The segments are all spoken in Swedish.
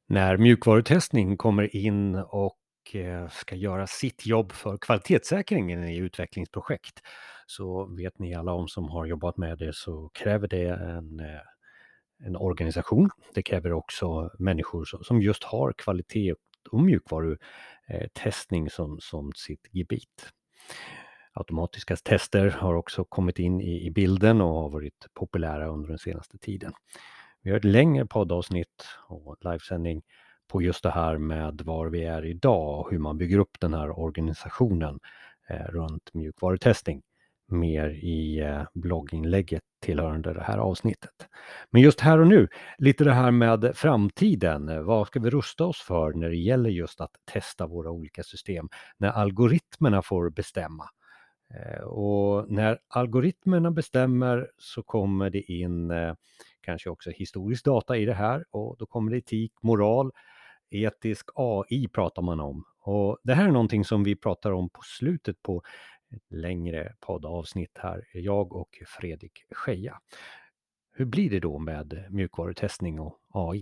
När mjukvarutestning kommer in och ska göra sitt jobb för kvalitetssäkringen i utvecklingsprojekt, så vet ni alla om som har jobbat med det, så kräver det en organisation. Det kräver också människor som just har kvalitet och mjukvarutestning som sitt gebit. Automatiska tester har också kommit in i bilden och har varit populära under den senaste tiden. Vi har ett längre poddavsnitt och livesändning på just det här med var vi är idag och hur man bygger upp den här organisationen runt mjukvarutestning. Mer i blogginlägget tillhörande det här avsnittet. Men just här och nu, lite det här med framtiden. Vad ska vi rusta oss för när det gäller just att testa våra olika system? När algoritmerna får bestämma. Och när algoritmerna bestämmer så kommer det in kanske också historisk data i det här, och då kommer det etik, moral, etisk AI pratar man om. Och det här är någonting som vi pratar om på slutet på ett längre poddavsnitt här, jag och Fredrik Scheja. Hur blir det då med mjukvarutestning och AI?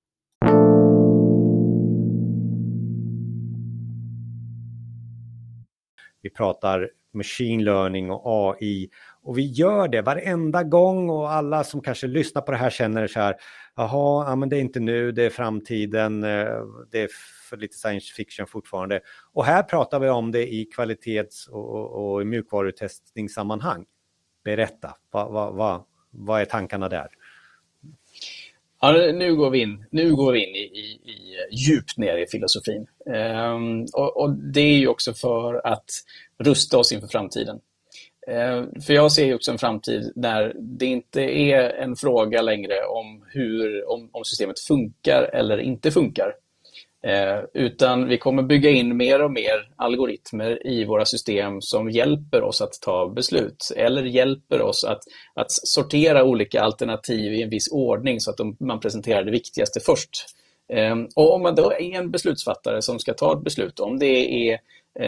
Vi pratar machine learning och AI, och vi gör det varenda gång, och alla som kanske lyssnar på det här känner så här: jaha, ja, men det är inte nu, det är framtiden, det är för lite science fiction fortfarande. Och här pratar vi om det i kvalitets- och i mjukvarutestningssammanhang. Berätta, vad är tankarna där? Ja, nu går vi in i djupt ner i filosofin. Och det är ju också för att rusta oss inför framtiden. För jag ser ju också en framtid där det inte är en fråga längre om systemet funkar eller inte funkar. Utan vi kommer bygga in mer och mer algoritmer i våra system som hjälper oss att ta beslut, eller hjälper oss att sortera olika alternativ i en viss ordning så att man presenterar det viktigaste först. Och om man då är en beslutsfattare som ska ta ett beslut, om det är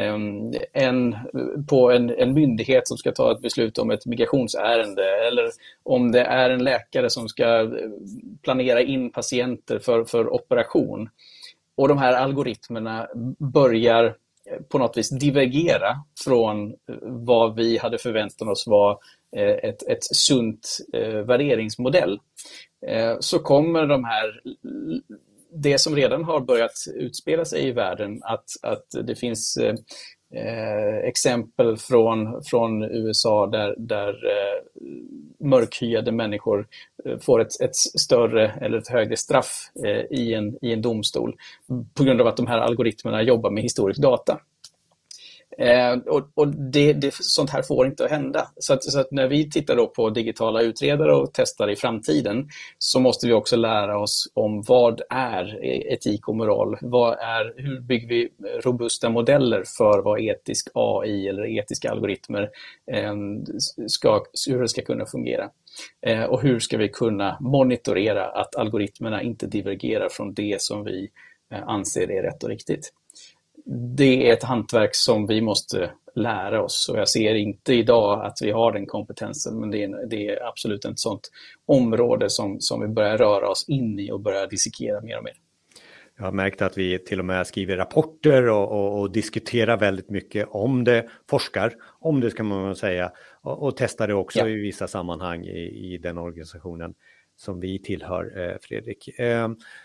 en myndighet som ska ta ett beslut om ett migrationsärende, eller om det är en läkare som ska planera in patienter för operation, och de här algoritmerna börjar på något vis divergera från vad vi hade förväntat oss var ett sunt värderingsmodell, så kommer det som redan har börjat utspela sig i världen, att det finns exempel från USA där mörkhyade människor får ett större eller ett högre straff i en domstol på grund av att de här algoritmerna jobbar med historisk data. Och sånt här får inte att hända. Så att när vi tittar då på digitala utredare och testar i framtiden, så måste vi också lära oss om vad är etik och moral. Hur bygger vi robusta modeller för vad etisk AI eller etiska algoritmer hur det ska kunna fungera. Och hur ska vi kunna monitorera att algoritmerna inte divergerar från det som vi anser är rätt och riktigt. Det är ett hantverk som vi måste lära oss, och jag ser inte idag att vi har den kompetensen, men det är absolut ett sånt område som vi börjar röra oss in i och börjar dissekera mer och mer. Jag har märkt att vi till och med skriver rapporter och diskuterar väldigt mycket om det, forskar om det, ska man säga, och testar det också i vissa sammanhang i den organisationen som vi tillhör, Fredrik.